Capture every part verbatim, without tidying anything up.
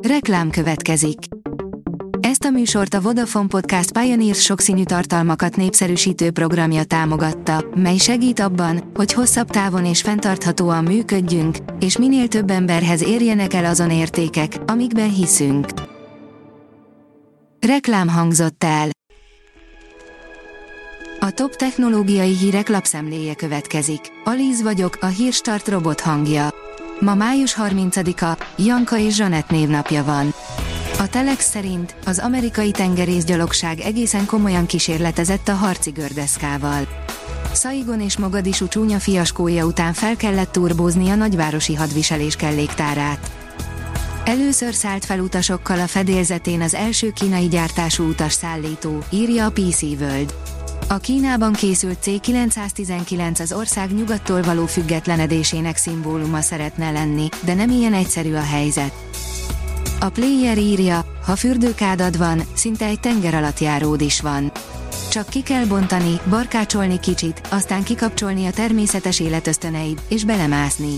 Reklám következik. Ezt a műsort a Vodafone Podcast Pioneers sokszínű tartalmakat népszerűsítő programja támogatta, mely segít abban, hogy hosszabb távon és fenntarthatóan működjünk, és minél több emberhez érjenek el azon értékek, amikben hiszünk. Reklám hangzott el. A top technológiai hírek lapszemléje következik. Alíz vagyok, a Hírstart robot hangja. Ma május harmincadika, Janka és Zsanett névnapja van. A Telex szerint az amerikai tengerészgyalogság egészen komolyan kísérletezett a harci gördeszkával. Szaigon és Mogadisú csúnya fiaskója után fel kellett turbózni a nagyvárosi hadviselés kelléktárát. Először szállt fel utasokkal a fedélzetén az első kínai gyártású utasszállító, írja a pé cé World. A Kínában készült cé kilencszáztizenkilenc az ország nyugattól való függetlenedésének szimbóluma szeretne lenni, de nem ilyen egyszerű a helyzet. A Player írja, ha fürdőkádad van, szinte egy tengeralattjáród is van. Csak ki kell bontani, barkácsolni kicsit, aztán kikapcsolni a természetes életösztöneid, és belemászni.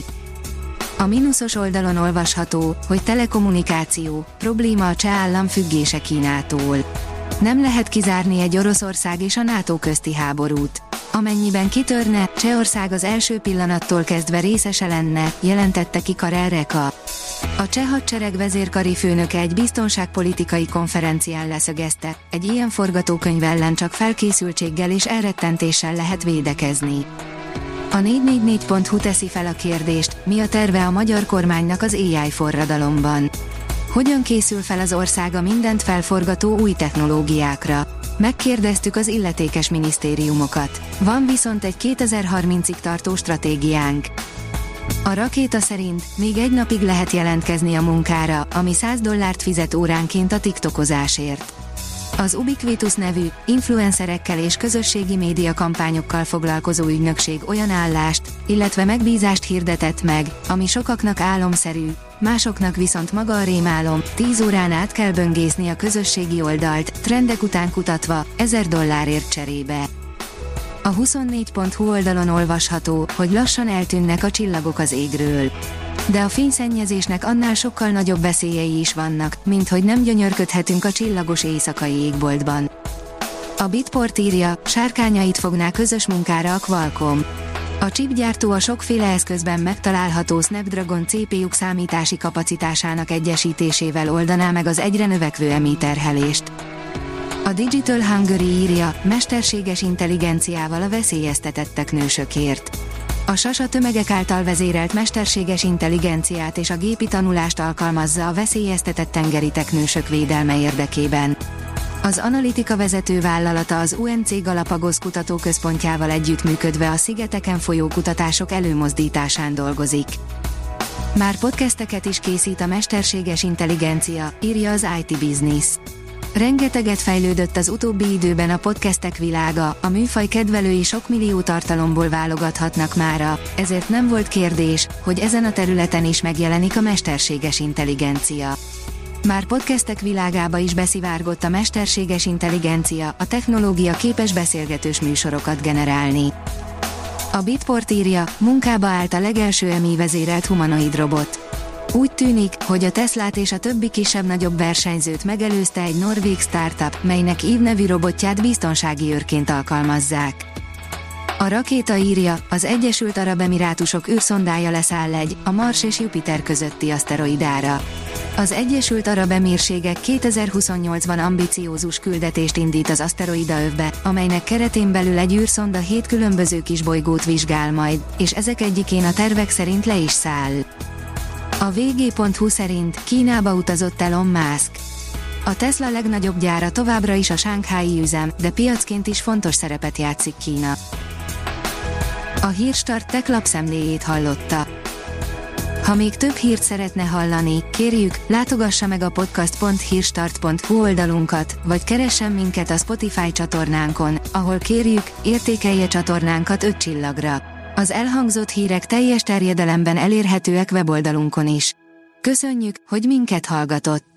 A mínuszos oldalon olvasható, hogy telekommunikáció, probléma a cseh állam függése Kínától. Nem lehet kizárni egy Oroszország és a NATO közti háborút. Amennyiben kitörne, Csehország az első pillanattól kezdve részese lenne, jelentette ki Karel Reka. A cseh hadsereg vezérkari főnöke egy biztonságpolitikai konferencián leszögezte, egy ilyen forgatókönyv ellen csak felkészültséggel és elrettentéssel lehet védekezni. A négy négy négy pont hu teszi fel a kérdést, mi a terve a magyar kormánynak az á i forradalomban. Hogyan készül fel az ország a mindent felforgató új technológiákra? Megkérdeztük az illetékes minisztériumokat. Van viszont egy kétezer-harmincig tartó stratégiánk. A rakéta szerint még egy napig lehet jelentkezni a munkára, ami száz dollárt fizet óránként a tiktokozásért. Az Ubiquitous nevű, influencerekkel és közösségi média kampányokkal foglalkozó ügynökség olyan állást, illetve megbízást hirdetett meg, ami sokaknak álomszerű, másoknak viszont maga a rémálom, tíz órán át kell böngészni a közösségi oldalt, trendek után kutatva, ezer dollárért cserébe. A huszonnégy pont hu oldalon olvasható, hogy lassan eltűnnek a csillagok az égről. De a fényszennyezésnek annál sokkal nagyobb veszélyei is vannak, mint hogy nem gyönyörködhetünk a csillagos éjszakai égboltban. A Bitport írja, sárkányait fogná közös munkára a Qualcomm. A chipgyártó a sokféle eszközben megtalálható Snapdragon cé pé u-k számítási kapacitásának egyesítésével oldaná meg az egyre növekvő emiterhelést. A Digital Hungary írja, mesterséges intelligenciával a veszélyeztetett teknősökért. A Sasa tömegek által vezérelt mesterséges intelligenciát és a gépi tanulást alkalmazza a veszélyeztetett tengeri teknősök védelme érdekében. Az analitika vezető vállalata az u en cé Galapagos kutatóközpontjával együttműködve a szigeteken folyó kutatások előmozdításán dolgozik. Már podcasteket is készít a mesterséges intelligencia, írja az i té Business. Rengeteget fejlődött az utóbbi időben a podcastek világa, a műfaj kedvelői sok millió tartalomból válogathatnak mára, ezért nem volt kérdés, hogy ezen a területen is megjelenik a mesterséges intelligencia. Már podcastek világába is beszivárgott a mesterséges intelligencia, a technológia képes beszélgetős műsorokat generálni. A Bitport írja, munkába állt a legelső em i vezérelt humanoid robot. Úgy tűnik, hogy a Teslát és a többi kisebb-nagyobb versenyzőt megelőzte egy norvég startup, melynek Eve nevű robotját biztonsági őrként alkalmazzák. A rakéta írja, az Egyesült Arab Emirátusok űrszondája leszáll egy, a Mars és Jupiter közötti aszteroidára. Az Egyesült Arab Emírségek kétezer-huszonnyolcban ambiciózus küldetést indít az aszteroidaövbe, amelynek keretén belül egy űrszonda hét különböző kisbolygót vizsgál majd, és ezek egyikén a tervek szerint le is száll. A vé gé pont hu szerint Kínába utazott Elon Musk. A Tesla legnagyobb gyára továbbra is a shanghai üzem, de piacként is fontos szerepet játszik Kína. A Hírstart Tech lapszemléjét hallotta. Ha még több hírt szeretne hallani, kérjük, látogassa meg a podcast pont hírstart pont hu oldalunkat, vagy keressen minket a Spotify csatornánkon, ahol kérjük, értékelje csatornánkat öt csillagra. Az elhangzott hírek teljes terjedelemben elérhetőek weboldalunkon is. Köszönjük, hogy minket hallgatott!